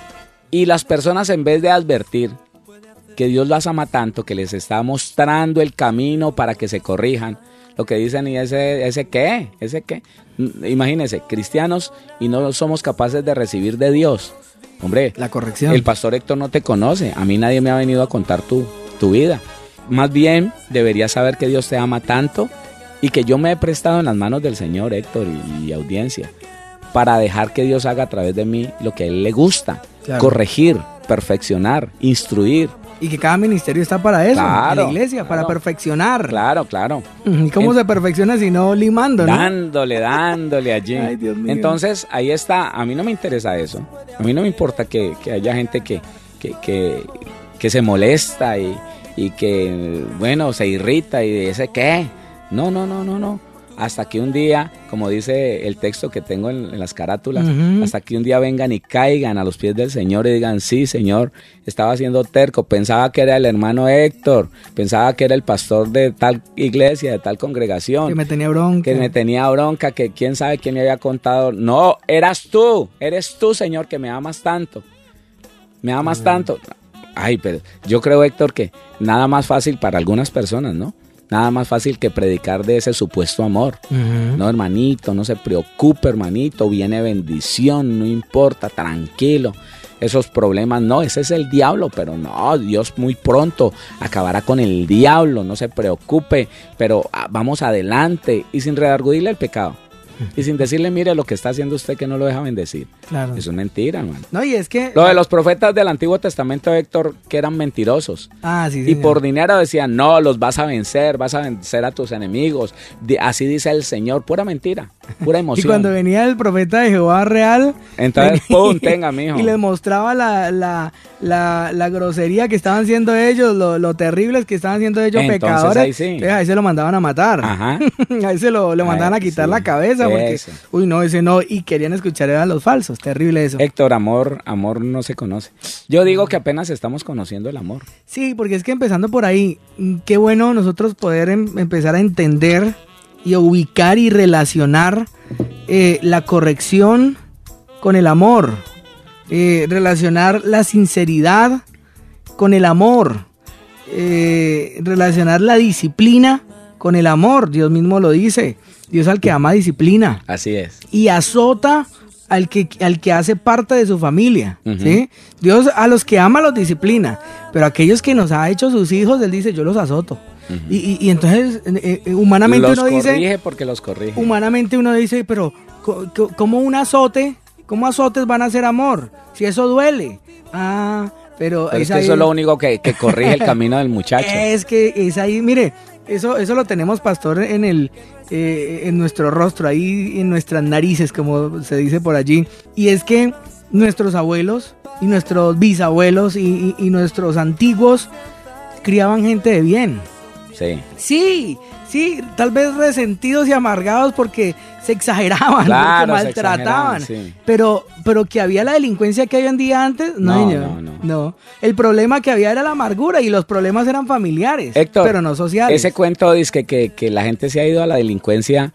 Y las personas, en vez de advertir que Dios las ama tanto, que les está mostrando el camino para que se corrijan, lo que dicen, ¿y ese, ese qué? ¿Ese qué? Imagínense, cristianos, y no somos capaces de recibir de Dios. Hombre, la corrección. El pastor Héctor no te conoce, a mí nadie me ha venido a contar tu, tu vida. Más bien, deberías saber que Dios te ama tanto y que yo me he prestado en las manos del Señor, Héctor, y, y audiencia, para dejar que Dios haga a través de mí lo que a Él le gusta, claro. Corregir, perfeccionar, instruir. Y que cada ministerio está para eso, claro, en la iglesia, claro, para perfeccionar. Claro, claro. ¿Y cómo en, se perfecciona si no limando, no? Dándole, dándole allí. Ay, Dios mío. Entonces, ahí está, a mí no me interesa eso. A mí no me importa que, que haya gente que, que, que, que se molesta y, y que, bueno, se irrita y dice, ¿qué? No, no, no, no, no. Hasta que un día, como dice el texto que tengo en, en las carátulas, uh-huh. hasta que un día vengan y caigan a los pies del Señor y digan, sí, Señor, estaba siendo terco, pensaba que era el hermano Héctor, pensaba que era el pastor de tal iglesia, de tal congregación. Que me tenía bronca. Que me tenía bronca, que quién sabe quién me había contado. No, eras tú, eres tú, Señor, que me amas tanto, me amas uh-huh. tanto. Ay, pero yo creo, Héctor, que nada más fácil para algunas personas, ¿no? Nada más fácil que predicar de ese supuesto amor. Uh-huh. No, hermanito, no se preocupe, hermanito, viene bendición, no importa, tranquilo. Esos problemas, no, ese es el diablo, pero no, Dios muy pronto acabará con el diablo, no se preocupe, pero ah, vamos adelante y sin redarguirle el pecado. Y sin decirle, mire lo que está haciendo usted que no lo deja bendecir. Claro. Eso es mentira, hermano. No, y es que... Lo de los profetas del Antiguo Testamento, Héctor, que eran mentirosos. Ah, sí, sí. Y por dinero decían, no, los vas a vencer, vas a vencer a tus enemigos. Así dice el Señor, pura mentira, pura emoción. Y cuando venía el profeta de Jehová real... Entonces, pum, tenga, mijo. Y les mostraba la, la, la, la grosería que estaban haciendo ellos, lo, lo terribles que estaban haciendo ellos, entonces, pecadores. Ahí sí. Entonces, ahí se lo mandaban a matar. Ajá. Ahí se lo le mandaban a quitar sí. la cabeza. Porque, eso. Uy, no, ese no, y querían escuchar eran los falsos, terrible eso. Héctor, amor, amor no se conoce. Yo digo que apenas estamos conociendo el amor. Sí, porque es que empezando por ahí, qué bueno nosotros poder em- empezar a entender y a ubicar y relacionar eh, la corrección con el amor, eh, relacionar la sinceridad con el amor, eh, relacionar la disciplina con el amor. Dios mismo lo dice. Dios al que ama disciplina. Así es. Y azota al que, al que hace parte de su familia. Uh-huh. ¿Sí? Dios a los que ama los disciplina, pero a aquellos que nos ha hecho sus hijos, Él dice, yo los azoto. Uh-huh. Y, y, y entonces, eh, eh, humanamente los uno dice... Los corrige porque los corrige. Humanamente uno dice, pero ¿cómo un azote? ¿Cómo azotes van a ser amor? Si eso duele. Ah, pero... pero es que eso es lo único que, que corrige el camino del muchacho. Es que es ahí, mire... Eso, eso lo tenemos, pastor, en el, eh, en nuestro rostro, ahí en nuestras narices, como se dice por allí. Y es que nuestros abuelos y nuestros bisabuelos y, y, y nuestros antiguos criaban gente de bien. Sí. Sí, sí, tal vez resentidos y amargados porque se exageraban, claro, porque maltrataban. Sí. Pero, pero que había la delincuencia que había un día antes, no, no, no, no, no. El problema que había era la amargura y los problemas eran familiares, Héctor, pero no sociales. Ese cuento dice que, que, que la gente se ha ido a la delincuencia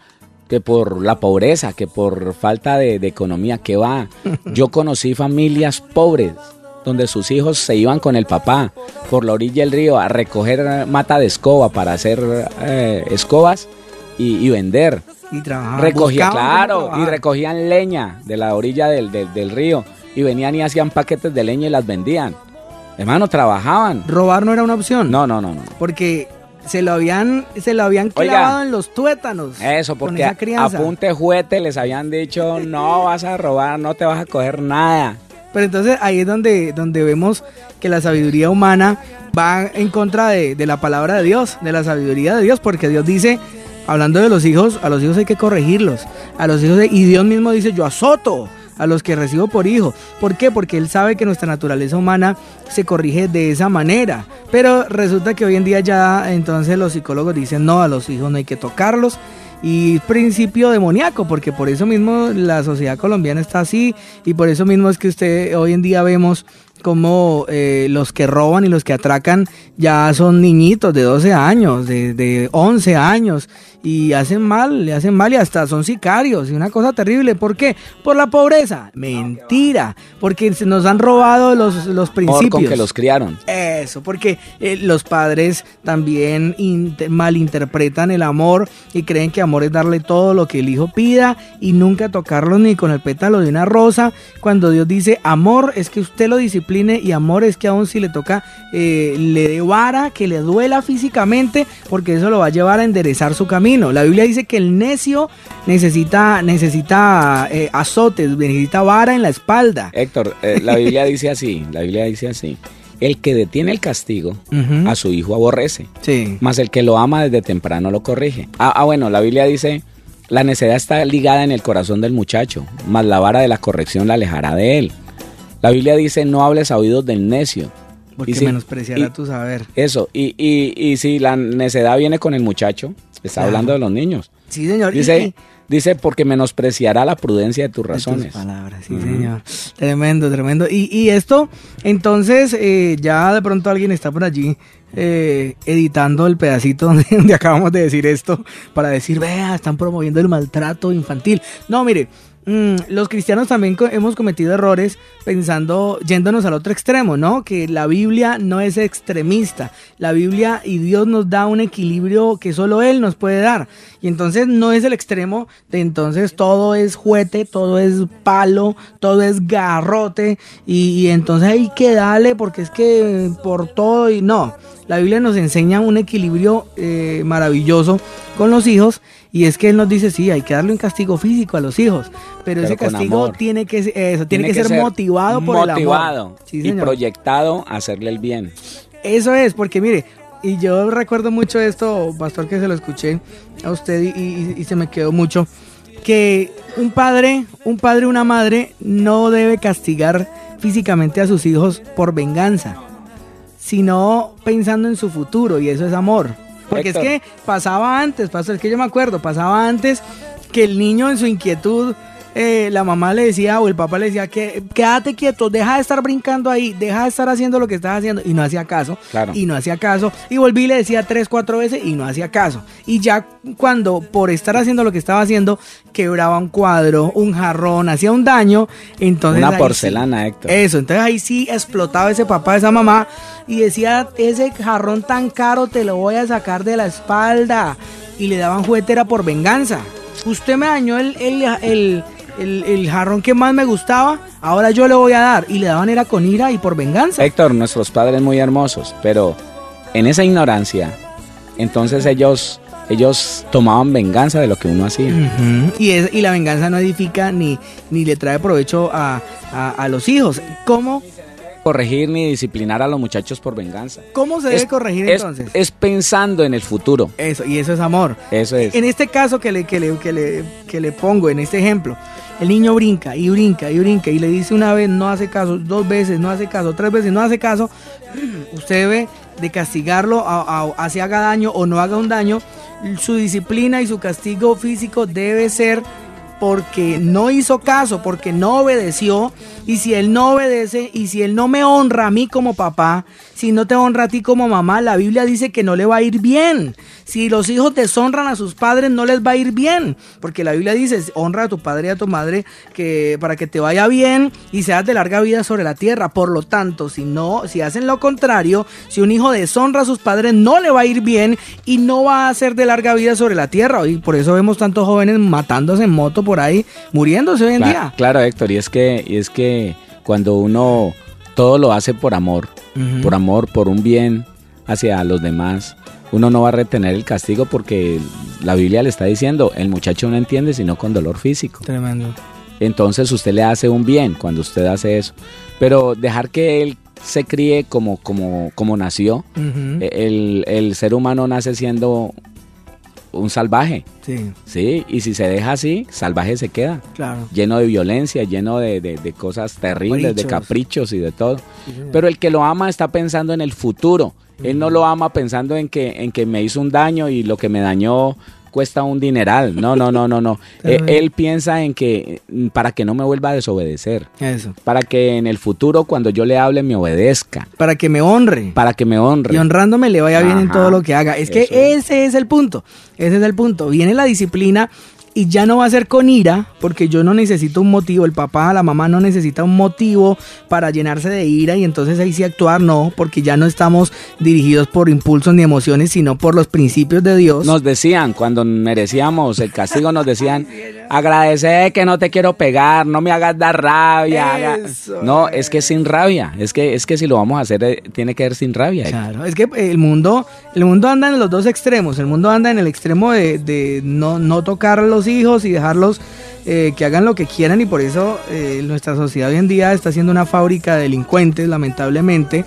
que por la pobreza, que por falta de, de economía, que va. Yo conocí familias pobres donde sus hijos se iban con el papá por la orilla del río a recoger mata de escoba para hacer eh, escobas y, y vender. Y trabajaban. Recogía, claro, y recogían leña de la orilla del, del, del río y venían y hacían paquetes de leña y las vendían. Hermano, trabajaban. ¿Robar no era una opción? No, no, no, no. Porque se lo habían, se lo habían clavado. Oiga, en los tuétanos. Eso, porque a, a punte juete les habían dicho, no vas a robar, no te vas a coger nada. Pero entonces ahí es donde, donde vemos que la sabiduría humana va en contra de, de la palabra de Dios, de la sabiduría de Dios, porque Dios dice, hablando de los hijos, a los hijos hay que corregirlos, a los hijos, de, y Dios mismo dice, yo azoto a los que recibo por hijo. ¿Por qué? Porque Él sabe que nuestra naturaleza humana se corrige de esa manera. Pero resulta que hoy en día ya entonces los psicólogos dicen, no, a los hijos no hay que tocarlos. Y principio demoníaco, porque por eso mismo la sociedad colombiana está así, y por eso mismo es que usted hoy en día vemos como eh, los que roban y los que atracan ya son niñitos de doce años, de, de once años, y hacen mal, le hacen mal y hasta son sicarios, y una cosa terrible. ¿Por qué? Por la pobreza. Mentira, porque se nos han robado los, los principios. Por con que los criaron. Eso, porque eh, los padres también inter- malinterpretan el amor y creen que amor es darle todo lo que el hijo pida y nunca tocarlo ni con el pétalo de una rosa, cuando Dios dice amor es que usted lo disciplina, y amor es que aún si le toca eh, le dé vara, que le duela físicamente, porque eso lo va a llevar a enderezar su camino. La Biblia dice que el necio necesita, necesita eh, azotes, necesita vara en la espalda. Héctor, eh, la Biblia dice así, la Biblia dice así, el que detiene el castigo uh-huh. a su hijo aborrece, sí. Mas el que lo ama desde temprano lo corrige. Ah, ah, bueno, la Biblia dice, la necedad está ligada en el corazón del muchacho, mas la vara de la corrección la alejará de él. La Biblia dice, no hables a oídos del necio. Porque si, menospreciará tu saber. Eso, y, y, y si la necedad viene con el muchacho, está claro. hablando de los niños. Sí, señor. Dice, y, dice porque menospreciará la prudencia de tus razones. De tus palabras, sí, uh-huh. señor. Tremendo, tremendo. Y, y esto, entonces, eh, ya de pronto alguien está por allí eh, editando el pedacito donde, donde acabamos de decir esto, para decir, vea, están promoviendo el maltrato infantil. No, mire, Mm, los cristianos también co- hemos cometido errores pensando, yéndonos al otro extremo, ¿no? Que la Biblia no es extremista. La Biblia y Dios nos da un equilibrio que solo Él nos puede dar. Y entonces no es el extremo de entonces todo es juguete, todo es palo, todo es garrote. Y, y entonces hay que darle porque es que por todo y no. La Biblia nos enseña un equilibrio eh, maravilloso con los hijos, y es que Él nos dice, sí, hay que darle un castigo físico a los hijos, pero, pero ese castigo amor. tiene que, eso, tiene tiene que, que ser, ser motivado por motivado el amor. Motivado sí, y proyectado a hacerle el bien. Eso es, porque mire, y yo recuerdo mucho esto, pastor, que se lo escuché a usted y, y, y se me quedó mucho, que un padre, un padre, una madre no debe castigar físicamente a sus hijos por venganza, sino pensando en su futuro, y eso es amor. Porque Héctor. Es que pasaba antes, pastor, es que yo me acuerdo, pasaba antes que el niño en su inquietud, eh, la mamá le decía o el papá le decía que quédate quieto, deja de estar brincando ahí, deja de estar haciendo lo que estás haciendo, y no hacía caso, claro. y no hacía caso, y volví y le decía tres, cuatro veces y no hacía caso, y ya cuando por estar haciendo lo que estaba haciendo quebraba un cuadro, un jarrón, hacía un daño, entonces una porcelana, sí, Héctor. Eso, entonces ahí sí explotaba ese papá, esa mamá, y decía, ese jarrón tan caro te lo voy a sacar de la espalda, y le daban juguetera por venganza. Usted me dañó el, el, el, el, el jarrón que más me gustaba, ahora yo le voy a dar, y le daban era con ira y por venganza. Héctor, nuestros padres muy hermosos, pero en esa ignorancia, entonces ellos... Ellos tomaban venganza de lo que uno hacía. Uh-huh. Y, es, y la venganza no edifica ni, ni le trae provecho a, a, a los hijos. ¿Cómo corregir ni disciplinar a los muchachos por venganza? ¿Cómo se es, debe corregir es, entonces? Es pensando en el futuro. Eso, y eso es amor. Eso es. En este caso que le, que le, que le, que le pongo, en este ejemplo, el niño brinca y brinca y brinca y le dice una vez, no hace caso, dos veces, no hace caso, tres veces, no hace caso. Usted debe de castigarlo, a, a, así haga daño o no haga un daño. Su disciplina y su castigo físico debe ser porque no hizo caso, porque no obedeció. Y si él no obedece, y si él no me honra a mí como papá, si no te honra a ti como mamá, la Biblia dice que no le va a ir bien. Si los hijos deshonran a sus padres, no les va a ir bien, porque la Biblia dice, honra a tu padre y a tu madre que, para que te vaya bien y seas de larga vida sobre la tierra. Por lo tanto, si no, si hacen lo contrario, si un hijo deshonra a sus padres, no le va a ir bien y no va a ser de larga vida sobre la tierra. Y por eso vemos tantos jóvenes matándose en moto por ahí, muriéndose hoy en claro, día. Claro, Héctor, y es que, y es que cuando uno todo lo hace por amor, uh-huh. por amor, por un bien hacia los demás, uno no va a retener el castigo porque la Biblia le está diciendo, el muchacho no entiende sino con dolor físico. Tremendo. Entonces usted le hace un bien cuando usted hace eso, pero dejar que él se críe como, como, como nació, uh-huh. el, el ser humano nace siendo un salvaje, sí. sí, y si se deja así, salvaje se queda, claro. lleno de violencia, lleno de, de, de cosas terribles, caprichos. de caprichos y de todo. Sí, sí. Pero el que lo ama está pensando en el futuro. Uh-huh. Él no lo ama pensando en que, en que me hizo un daño y lo que me dañó cuesta un dineral. No, no, no, no, no. eh, él piensa en que para que no me vuelva a desobedecer. Eso. Para que en el futuro cuando yo le hable me obedezca. Para que me honre. Para que me honre. Y honrándome le vaya Ajá. bien en todo lo que haga. Es que Eso. ese es el punto. Ese es el punto. Viene la disciplina y ya no va a ser con ira, porque yo no necesito un motivo, el papá, la mamá no necesita un motivo para llenarse de ira y entonces ahí sí actuar, no, porque ya no estamos dirigidos por impulsos ni emociones, sino por los principios de Dios. Nos decían, cuando merecíamos el castigo, nos decían, agradece que no te quiero pegar, no me hagas dar rabia. Eso, no, es que sin rabia, es que, es que si lo vamos a hacer, eh, tiene que ser sin rabia. Claro, es que el mundo, el mundo anda en los dos extremos, el mundo anda en el extremo de, de no, no tocar a los hijos y dejarlos eh, que hagan lo que quieran, y por eso eh, nuestra sociedad hoy en día está siendo una fábrica de delincuentes, lamentablemente.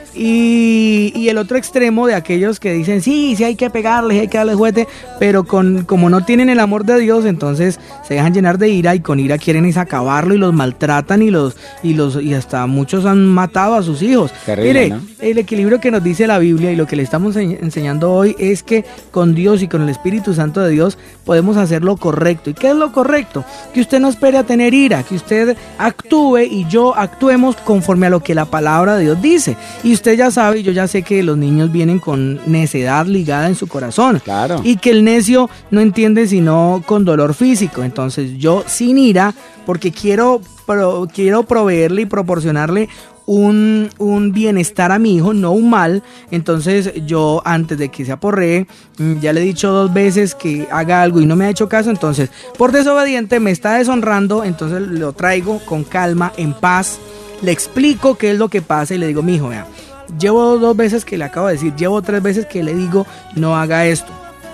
Y, y el otro extremo de aquellos que dicen sí, sí hay que pegarles, hay que darles juguete, pero con, como no tienen el amor de Dios, entonces se dejan llenar de ira y con ira quieren es acabarlo y los maltratan y los y los y hasta muchos han matado a sus hijos. Terrible, Mire, ¿no? El equilibrio que nos dice la Biblia y lo que le estamos enseñando hoy es que con Dios y con el Espíritu Santo de Dios podemos hacer lo correcto. ¿Y qué es lo correcto? Que usted no espere a tener ira, que usted actúe y yo actuemos conforme a lo que la palabra de Dios dice. Y usted Usted ya sabe, y yo ya sé que los niños vienen con necedad ligada en su corazón. Claro. Y que el necio no entiende sino con dolor físico. Entonces yo sin ira, porque quiero, pro, quiero proveerle y proporcionarle un, un bienestar a mi hijo, no un mal. Entonces yo, antes de que se aporree, ya le he dicho dos veces que haga algo y no me ha hecho caso. Entonces, por desobediente me está deshonrando. Entonces lo traigo con calma, en paz. Le explico qué es lo que pasa y le digo, mijo, vea, llevo dos veces que le acabo de decir, llevo tres veces que le digo no haga esto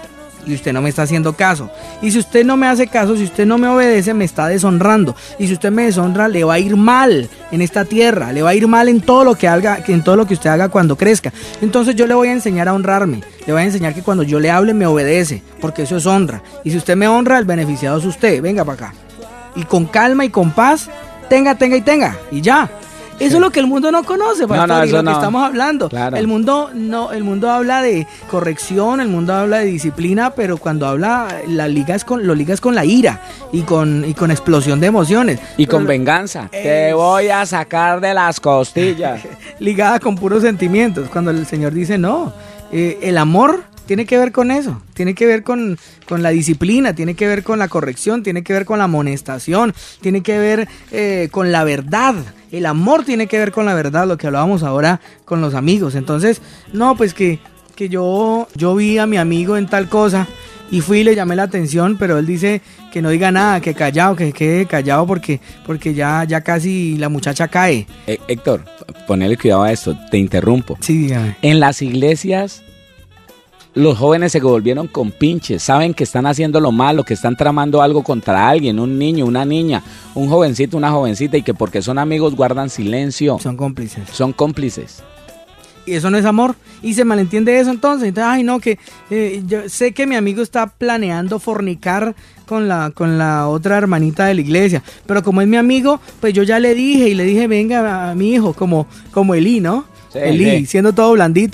y usted no me está haciendo caso, y si usted no me hace caso, si usted no me obedece, me está deshonrando, y si usted me deshonra, le va a ir mal en esta tierra, le va a ir mal en todo lo que haga, en todo lo que usted haga cuando crezca. Entonces yo le voy a enseñar a honrarme, le voy a enseñar que cuando yo le hable me obedece, porque eso es honra, y si usted me honra, el beneficiado es usted. Venga para acá y con calma y con paz, tenga, tenga y tenga, y ya. Eso es lo que el mundo no conoce, pastor, no, no, y lo no. que estamos hablando. Claro. El mundo no, el mundo habla de corrección, el mundo habla de disciplina, pero cuando habla, la ligas con, lo ligas con la ira y con, y con explosión de emociones. Y pero con venganza. Es... Te voy a sacar de las costillas. Ligada con puros sentimientos. Cuando el Señor dice no, eh, el amor tiene que ver con eso, tiene que ver con, con la disciplina, tiene que ver con la corrección, tiene que ver con la amonestación, tiene que ver eh, con la verdad. El amor tiene que ver con la verdad, lo que hablábamos ahora con los amigos. Entonces, no, pues que, que yo, yo vi a mi amigo en tal cosa y fui y le llamé la atención, pero él dice que no diga nada, que callado, que quede callado porque, porque ya, ya casi la muchacha cae. Eh, Héctor, ponele cuidado a esto, te interrumpo. Sí, dígame. En las iglesias los jóvenes se volvieron compinches, saben que están haciendo lo malo, que están tramando algo contra alguien, un niño, una niña, un jovencito, una jovencita, y que porque son amigos guardan silencio. Son cómplices. Son cómplices. Y eso no es amor. Y se malentiende eso entonces. Entonces, ay no, que eh, yo sé que mi amigo está planeando fornicar con la, con la otra hermanita de la iglesia. Pero como es mi amigo, pues yo ya le dije y le dije, venga a mi hijo, como, como Elí, ¿no? Sí, Elí, sí. Siendo todo blandito.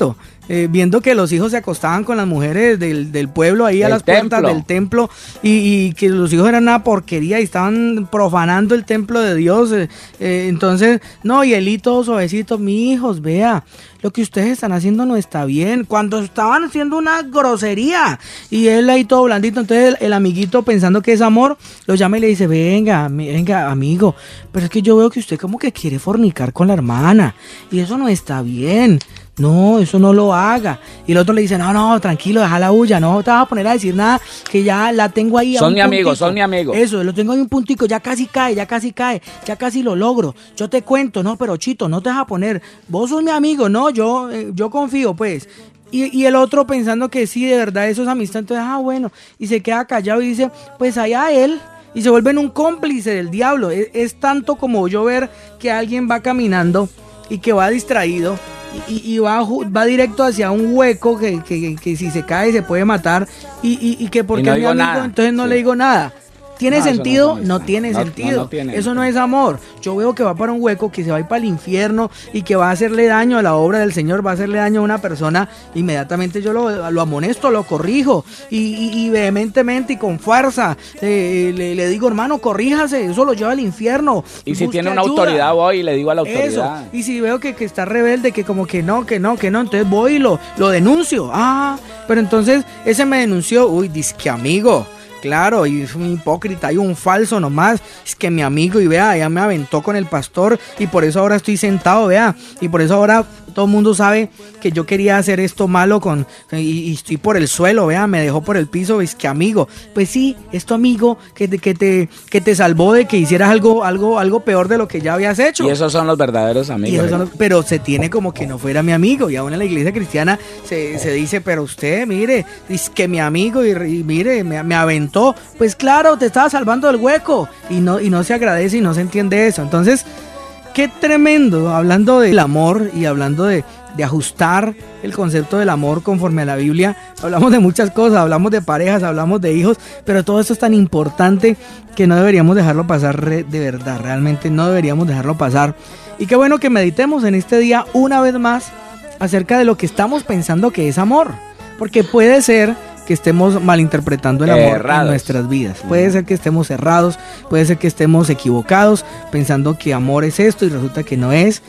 eh, viendo que los hijos se acostaban con las mujeres del, del pueblo ahí a las puertas del templo y, y que los hijos eran una porquería y estaban profanando el templo de Dios. Eh, eh, entonces, no, y Elí todo suavecito, mi hijos, vea, lo que ustedes están haciendo no está bien. Cuando estaban haciendo una grosería y él ahí todo blandito, entonces el, el amiguito pensando que es amor, lo llama y le dice, venga, venga amigo, pero es que yo veo que usted como que quiere fornicar con la hermana y eso no está bien. No, eso no lo haga. Y el otro le dice, no, no, tranquilo, deja la bulla, no te vas a poner a decir nada, que ya la tengo ahí. Son mi amigo, son mi amigo. Eso, lo tengo ahí un puntico, ya casi cae, ya casi cae, ya casi lo logro. Yo te cuento, no, pero Chito, no te vas a poner, vos sos mi amigo, no, yo, eh, yo confío, pues. Y, y el otro pensando que sí, de verdad, eso es amistad, entonces, ah, bueno, y se queda callado y dice, pues allá él. Y se vuelven un cómplice del diablo. Es, es tanto como yo ver que alguien va caminando y que va distraído y, y va, va directo hacia un hueco que, que, que, que si se cae se puede matar y, y, y que porque no es mi amigo nada. Entonces no sí. le digo nada. ¿Tiene no, sentido? No, no tiene no, sentido. No, no tiene eso sentido. No es amor. Yo veo que va para un hueco, que se va a ir para el infierno y que va a hacerle daño a la obra del Señor, va a hacerle daño a una persona. Inmediatamente yo lo, lo amonesto, lo corrijo y, y, y vehementemente y con fuerza eh, le, le digo, hermano, corríjase, eso lo lleva al infierno. Y si tiene una ayuda. autoridad voy y le digo a la autoridad. Eso. Y si veo que, que está rebelde, que como que no, que no, que no, entonces voy y lo, lo denuncio. Ah, pero entonces ese me denunció, uy, dice que amigo. Claro, y es un hipócrita y un falso nomás. Es que mi amigo, y vea, ya me aventó con el pastor y por eso ahora estoy sentado, vea. Y por eso ahora todo el mundo sabe que yo quería hacer esto malo con y, y estoy por el suelo, vea, me dejó por el piso. Es que amigo, pues sí, es tu amigo que te, que te, que te salvó de que hicieras algo, algo, algo peor de lo que ya habías hecho. Y esos son los verdaderos amigos. Son los, pero se tiene como que no fuera mi amigo. Y aún en la iglesia cristiana se, se dice, pero usted, mire, es que mi amigo y, y mire, me, me aventó. Pues claro, te estaba salvando del hueco y no, y no se agradece y no se entiende eso. Entonces, qué tremendo, hablando del amor y hablando de, de ajustar el concepto del amor conforme a la Biblia. Hablamos de muchas cosas, hablamos de parejas, hablamos de hijos, pero todo esto es tan importante que no deberíamos dejarlo pasar de verdad, realmente no deberíamos dejarlo pasar. Y qué bueno que meditemos en este día una vez más acerca de lo que estamos pensando que es amor, porque puede ser que estemos malinterpretando el amor errados. En nuestras vidas. Puede ser que estemos errados, puede ser que estemos equivocados, pensando que amor es esto y resulta que no es.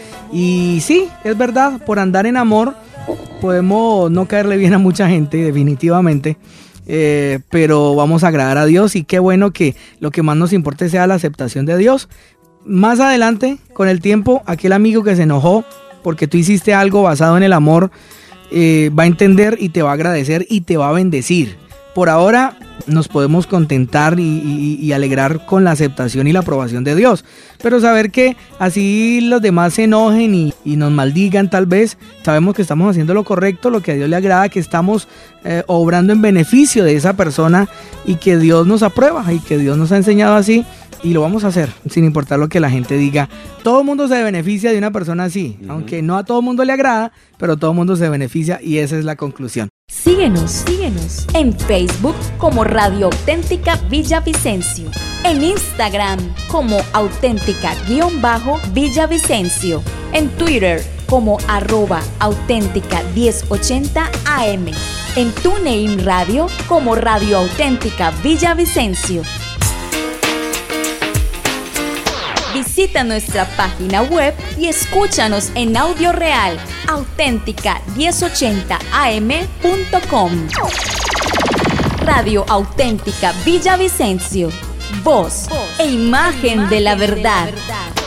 Y sí, es verdad, por andar en amor podemos no caerle bien a mucha gente, definitivamente, eh, pero vamos a agradar a Dios y qué bueno que lo que más nos importe sea la aceptación de Dios. Más adelante, con el tiempo, aquel amigo que se enojó porque tú hiciste algo basado en el amor, Eh, va a entender y te va a agradecer y te va a bendecir. Por ahora nos podemos contentar y, y, y alegrar con la aceptación y la aprobación de Dios, pero saber que así los demás se enojen y, y nos maldigan tal vez, sabemos que estamos haciendo lo correcto, lo que a Dios le agrada, que estamos eh, obrando en beneficio de esa persona y que Dios nos aprueba y que Dios nos ha enseñado así. Y lo vamos a hacer, sin importar lo que la gente diga. Todo el mundo se beneficia de una persona así, uh-huh. aunque no a todo el mundo le agrada, pero todo el mundo se beneficia y esa es la conclusión. Síguenos, síguenos en Facebook como Radio Auténtica Villavicencio, en Instagram como auténtica-villavicencio, en Twitter como arroba auténtica diez ochenta A M, en TuneIn Radio como Radio Auténtica Villavicencio. Visita nuestra página web y escúchanos en audio real, auténtica diez ochenta A M punto com. Radio Auténtica Villavicencio, voz e imagen de la verdad.